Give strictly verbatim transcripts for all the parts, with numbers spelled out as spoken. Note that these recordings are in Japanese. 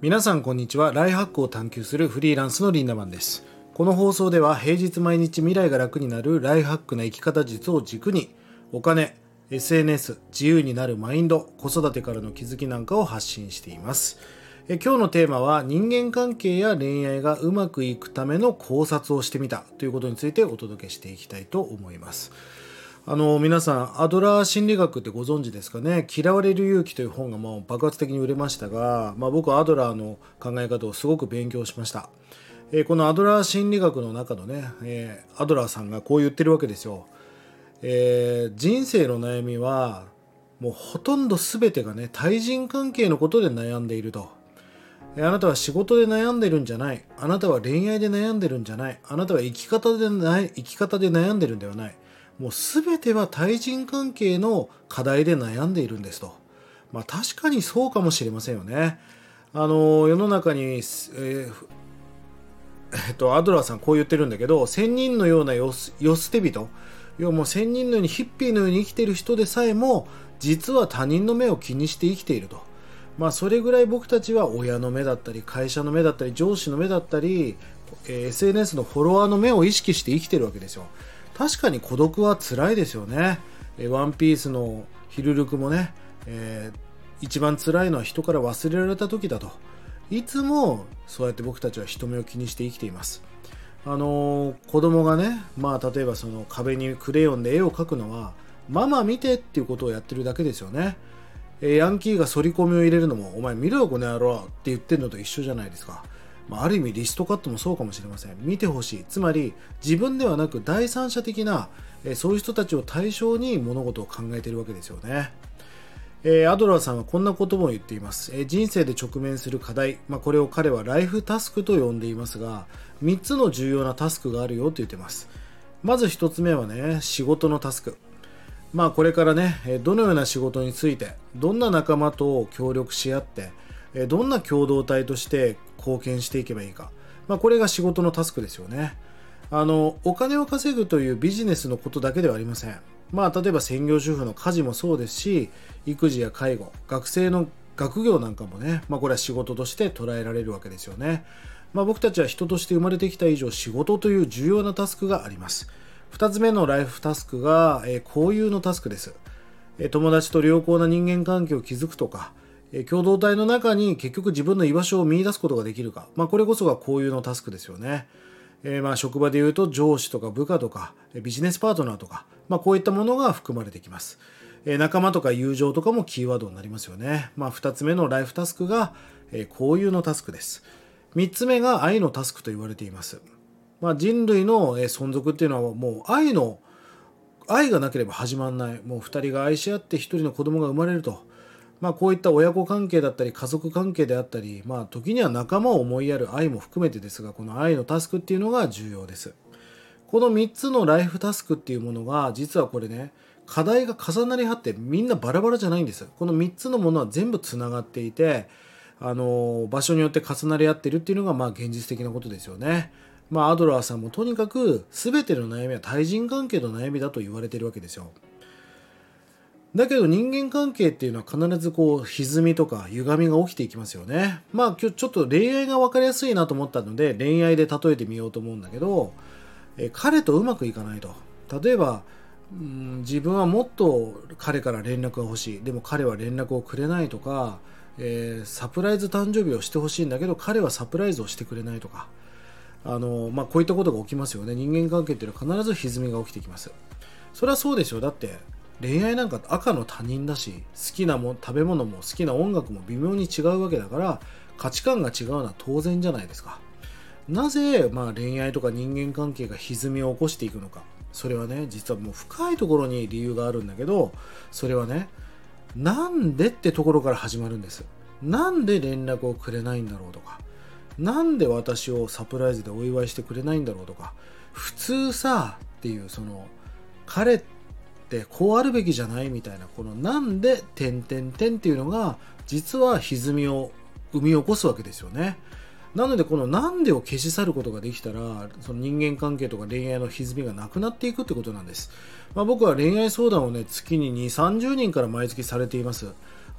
皆さんこんにちは。ライフハックを探求するフリーランスのリンダマンです。この放送では平日毎日未来が楽になるライフハックな生き方術を軸にお金、エスエヌエス、自由になるマインド、子育てからの気づきなんかを発信しています。え今日のテーマは人間関係や恋愛がうまくいくための考察をしてみたということについてお届けしていきたいと思います。あの皆さんアドラー心理学ってご存知ですかね。嫌われる勇気という本がもう爆発的に売れましたが、まあ、僕はアドラーの考え方をすごく勉強しました。えー、このアドラー心理学の中のね、えー、アドラーさんがこう言ってるわけですよ。えー、人生の悩みはもうほとんど全てがね対人関係のことで悩んでいると。あなたは仕事で悩んでるんじゃない。あなたは恋愛で悩んでるんじゃない。あなたは生き方でない生き方で悩んでるんではない。もう全ては対人関係の課題で悩んでいるんですと。まあ確かにそうかもしれませんよね。あの世の中に、えーえっと、アドラーさんこう言ってるんだけど、千人のような世捨て人、要はもう千人のようにヒッピーのように生きている人でさえも実は他人の目を気にして生きていると。まあそれぐらい僕たちは親の目だったり会社の目だったり上司の目だったり エスエヌエス のフォロワーの目を意識して生きてるわけですよ。確かに孤独は辛いですよね。ワンピースのヒルルクもね、えー、一番辛いのは人から忘れられた時だと。いつもそうやって僕たちは人目を気にして生きています。あのー、子供がね、まあ例えばその壁にクレヨンで絵を描くのはママ見てっていうことをやってるだけですよね。ヤンキーが反り込みを入れるのもお前見ろよこの野郎って言ってるのと一緒じゃないですか。まあ、ある意味リストカットもそうかもしれません。見てほしい。つまり自分ではなく第三者的なえそういう人たちを対象に物事を考えているわけですよね。えー、アドラーさんはこんなことも言っています。えー、人生で直面する課題、まあ、これを彼はライフタスクと呼んでいますが、みっつの重要なタスクがあるよと言っています。まずひとつめはね、仕事のタスク。まあこれからね、どのような仕事について、どんな仲間と協力し合って、どんな共同体として貢献していけばいいか。まあこれが仕事のタスクですよね。あの、お金を稼ぐというビジネスのことだけではありません。まあ例えば専業主婦の家事もそうですし、育児や介護、学生の学業なんかもね、まあこれは仕事として捉えられるわけですよね。まあ僕たちは人として生まれてきた以上、仕事という重要なタスクがあります。二つ目のライフタスクが、えー、交友のタスクです、えー。友達と良好な人間関係を築くとか、えー、共同体の中に結局自分の居場所を見出すことができるか。まあ、これこそが交友のタスクですよね。えー、まあ職場でいうと上司とか部下とかビジネスパートナーとか、まあ、こういったものが含まれてきます。えー、仲間とか友情とかもキーワードになりますよね。まあ、二つ目のライフタスクが、えー、交友のタスクです。三つ目が愛のタスクと言われています。まあ、人類の存続っていうのはもう愛の愛がなければ始まらない。もう二人が愛し合って一人の子供が生まれると。まあこういった親子関係だったり家族関係であったり、まあ時には仲間を思いやる愛も含めてですが、この愛のタスクっていうのが重要です。この三つのライフタスクっていうものが実はこれね、課題が重なり合ってみんなバラバラじゃないんです。この三つのものは全部つながっていて、あの場所によって重なり合ってるっていうのがまあ現実的なことですよね。まあ、アドラーさんもとにかく全ての悩みは対人関係の悩みだと言われているわけですよ。だけど人間関係っていうのは必ずこう歪みとか歪みが起きていきますよね。まあ今日ちょっと恋愛が分かりやすいなと思ったので恋愛で例えてみようと思うんだけど、え彼とうまくいかないと。例えば、うん、自分はもっと彼から連絡が欲しい。でも彼は連絡をくれないとか、えー、サプライズ誕生日をしてほしいんだけど彼はサプライズをしてくれないとか。あのまあ、こういったことが起きますよね。人間関係っていうのは必ず歪みが起きてきます。それはそうですよ。だって恋愛なんか赤の他人だし、好きなも食べ物も好きな音楽も微妙に違うわけだから価値観が違うのは当然じゃないですか。なぜ、まあ、恋愛とか人間関係が歪みを起こしていくのか。それはね、実はもう深いところに理由があるんだけど、それはね、なんでってところから始まるんです。なんで連絡をくれないんだろうとか、なんで私をサプライズでお祝いしてくれないんだろうとか、普通さっていう、その彼ってこうあるべきじゃないみたいな、このなんで点点点っていうのが実は歪みを生み起こすわけですよね。なのでこのなんでを消し去ることができたら、その人間関係とか恋愛の歪みがなくなっていくってことなんです。まあ、僕は恋愛相談をね、月ににじゅう、さんじゅうにんから毎月されています。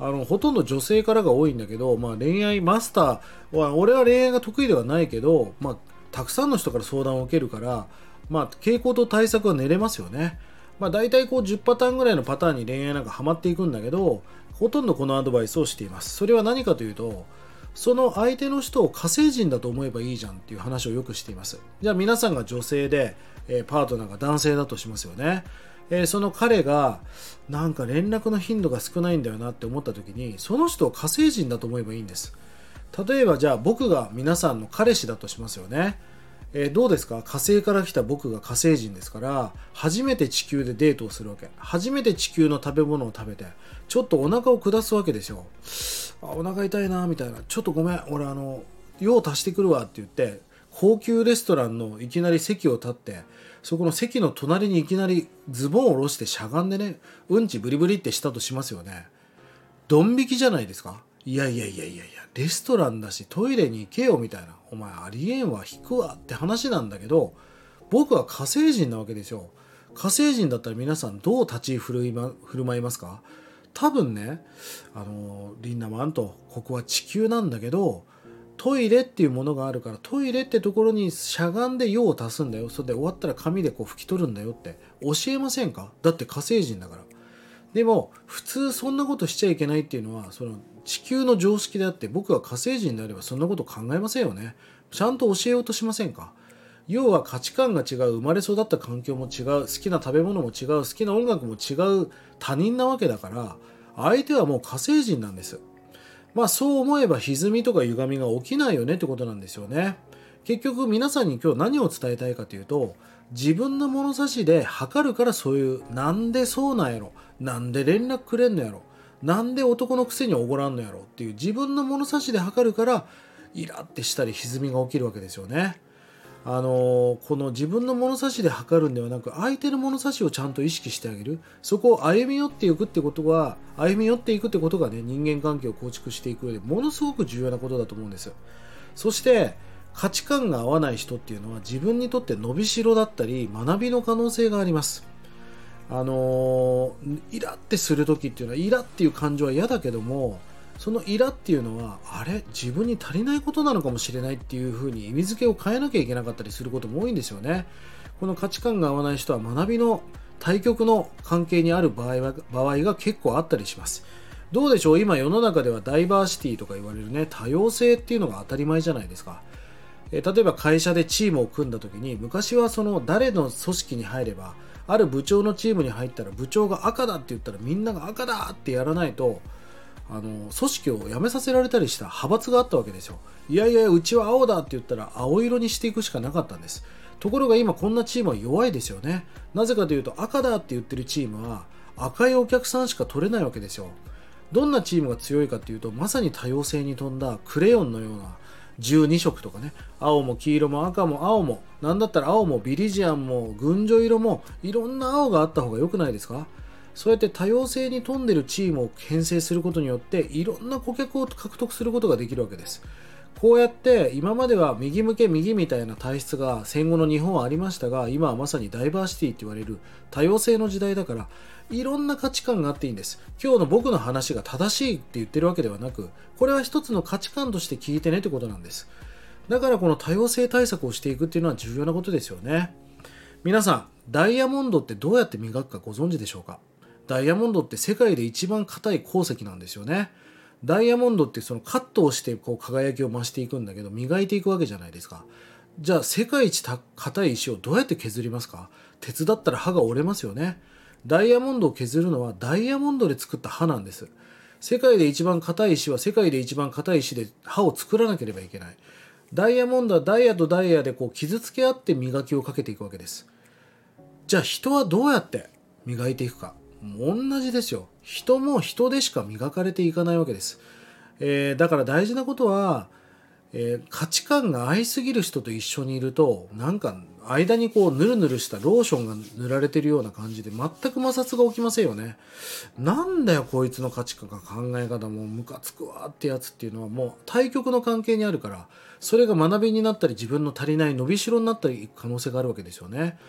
あのほとんど女性からが多いんだけど、まあ、恋愛マスターは俺は恋愛が得意ではないけど、まあ、たくさんの人から相談を受けるから、まあ、傾向と対策は練れますよね。まあ、大体こうじゅっパターンぐらいのパターンに恋愛なんかハマっていくんだけど、ほとんどこのアドバイスをしています。それは何かというと、その相手の人を火星人だと思えばいいじゃんっていう話をよくしています。じゃあ皆さんが女性で、えーパートナーが男性だとしますよね。えーその彼がなんか連絡の頻度が少ないんだよなって思った時に、その人を火星人だと思えばいいんです。例えばじゃあ僕が皆さんの彼氏だとしますよね。えーどうですか？火星から来た僕が火星人ですから、初めて地球でデートをするわけ。初めて地球の食べ物を食べて、ちょっとお腹を下すわけですよ。あ、お腹痛いなみたいな。ちょっとごめん、俺あの用を足してくるわって言って、高級レストランのいきなり席を立って、そこの席の隣にいきなりズボンを下ろしてしゃがんでね、うんちブリブリってしたとしますよね。ドン引きじゃないですか。いやいやいやいやいや、レストランだしトイレに行けよみたいな、お前ありえんわ、引くわって話なんだけど、僕は火星人なわけですよ。火星人だったら皆さんどう立ち振るいま、振る舞いますか？多分ね、あのリンナマンと、ここは地球なんだけど、トイレっていうものがあるから、トイレってところにしゃがんで用を足すんだよ、それで終わったら紙でこう拭き取るんだよって教えませんか？だって火星人だから。でも普通そんなことしちゃいけないっていうのはその地球の常識であって、僕が火星人であればそんなこと考えませんよね。ちゃんと教えようとしませんか？要は価値観が違う、生まれ育った環境も違う、好きな食べ物も違う、好きな音楽も違う他人なわけだから、相手はもう火星人なんです。まあそう思えば歪みとか歪みが起きないよねってことなんですよね。結局皆さんに今日何を伝えたいかというと、自分の物差しで測るから、そういうなんでそうなんやろ、なんで連絡くれんのやろ、なんで男のくせにおごらんのやろっていう自分の物差しで測るから、イラってしたり歪みが起きるわけですよね。あのこの自分の物差しで測るんではなく、相手の物差しをちゃんと意識してあげる、そこを歩み寄っていくってことは歩み寄っていくってことがね、人間関係を構築していく上でものすごく重要なことだと思うんです。そして価値観が合わない人っていうのは、自分にとって伸びしろだったり学びの可能性があります。あのイラってする時っていうのは、イラっていう感情は嫌だけども、そのイラっていうのは、あれ自分に足りないことなのかもしれないっていう風に意味付けを変えなきゃいけなかったりすることも多いんですよね。この価値観が合わない人は学びの対極の関係にある場合は場合が結構あったりします。どうでしょう？今世の中ではダイバーシティとか言われるね、多様性っていうのが当たり前じゃないですか。え例えば会社でチームを組んだ時に、昔はその誰の組織に入れば、ある部長のチームに入ったら部長が赤だって言ったらみんなが赤だってやらないと、あの組織を辞めさせられたりした派閥があったわけですよ。いやいやうちは青だって言ったら青色にしていくしかなかったんです。ところが今こんなチームは弱いですよね。なぜかというと、赤だって言ってるチームは赤いお客さんしか取れないわけですよ。どんなチームが強いかというと、まさに多様性に富んだクレヨンのようなじゅうにしょくとかね、青も黄色も赤も青も、なんだったら青もビリジアンも群青色も、いろんな青があった方が良くないですか？そうやって多様性に富んでるチームを編成することによって、いろんな顧客を獲得することができるわけです。こうやって今までは右向け右みたいな体質が戦後の日本はありましたが、今はまさにダイバーシティって言われる多様性の時代だから、いろんな価値観があっていいんです。今日の僕の話が正しいって言ってるわけではなく、これは一つの価値観として聞いてねってことなんです。だからこの多様性対策をしていくっていうのは重要なことですよね。皆さん、ダイヤモンドってどうやって磨くかご存知でしょうか？ダイヤモンドって世界で一番硬い鉱石なんですよね。ダイヤモンドってそのカットをしてこう輝きを増していくんだけど、磨いていくわけじゃないですか。じゃあ世界一硬い石をどうやって削りますか？鉄だったら刃が折れますよね。ダイヤモンドを削るのはダイヤモンドで作った刃なんです。世界で一番硬い石は世界で一番硬い石で刃を作らなければいけない。ダイヤモンドはダイヤとダイヤでこう傷つけ合って磨きをかけていくわけです。じゃあ人はどうやって磨いていくか？同じですよ。人も人でしか磨かれていかないわけです。えー、だから大事なことは、えー、価値観が合いすぎる人と一緒にいると、なんか間にこうヌルヌルしたローションが塗られてるような感じで、全く摩擦が起きませんよね。なんだよこいつの価値観が考え方もムカつくわってやつっていうのは、もう対極の関係にあるから、それが学びになったり自分の足りない伸びしろになったりいく可能性があるわけですよね。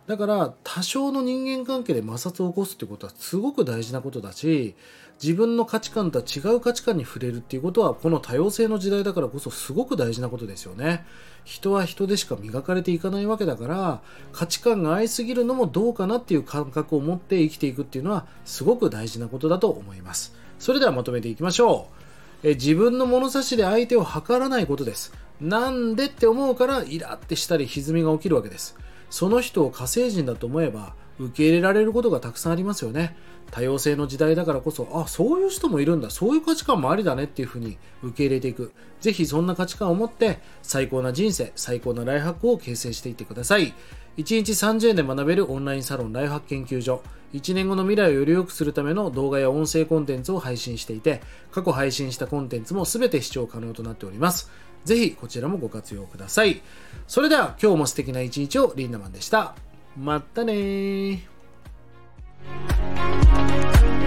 だから多少の人間関係で摩擦を起こすってことはすごく大事なことだし、自分の価値観とは違う価値観に触れるっていうことはこの多様性の時代だからこそすごく大事なことですよね。人は人でしか磨かれていかないわけだから、価値観が合いすぎるのもどうかなっていう感覚を持って生きていくっていうのはすごく大事なことだと思います。それではまとめていきましょう。え自分の物差しで相手を測らないことです。なんでって思うからイラってしたり歪みが起きるわけです。その人を火星人だと思えば受け入れられることがたくさんありますよね。多様性の時代だからこそ、あ、そういう人もいるんだ、そういう価値観もありだねっていうふうに受け入れていく。ぜひそんな価値観を持って最高な人生、最高なライフハックを形成していってください。いちにちさんじゅうえんで学べるオンラインサロンライフハック研究所。いちねんごの未来をより良くするための動画や音声コンテンツを配信していて、過去配信したコンテンツも全て視聴可能となっております。ぜひこちらもご活用ください。それでは今日も素敵な一日を。リンダマンでした。またねー。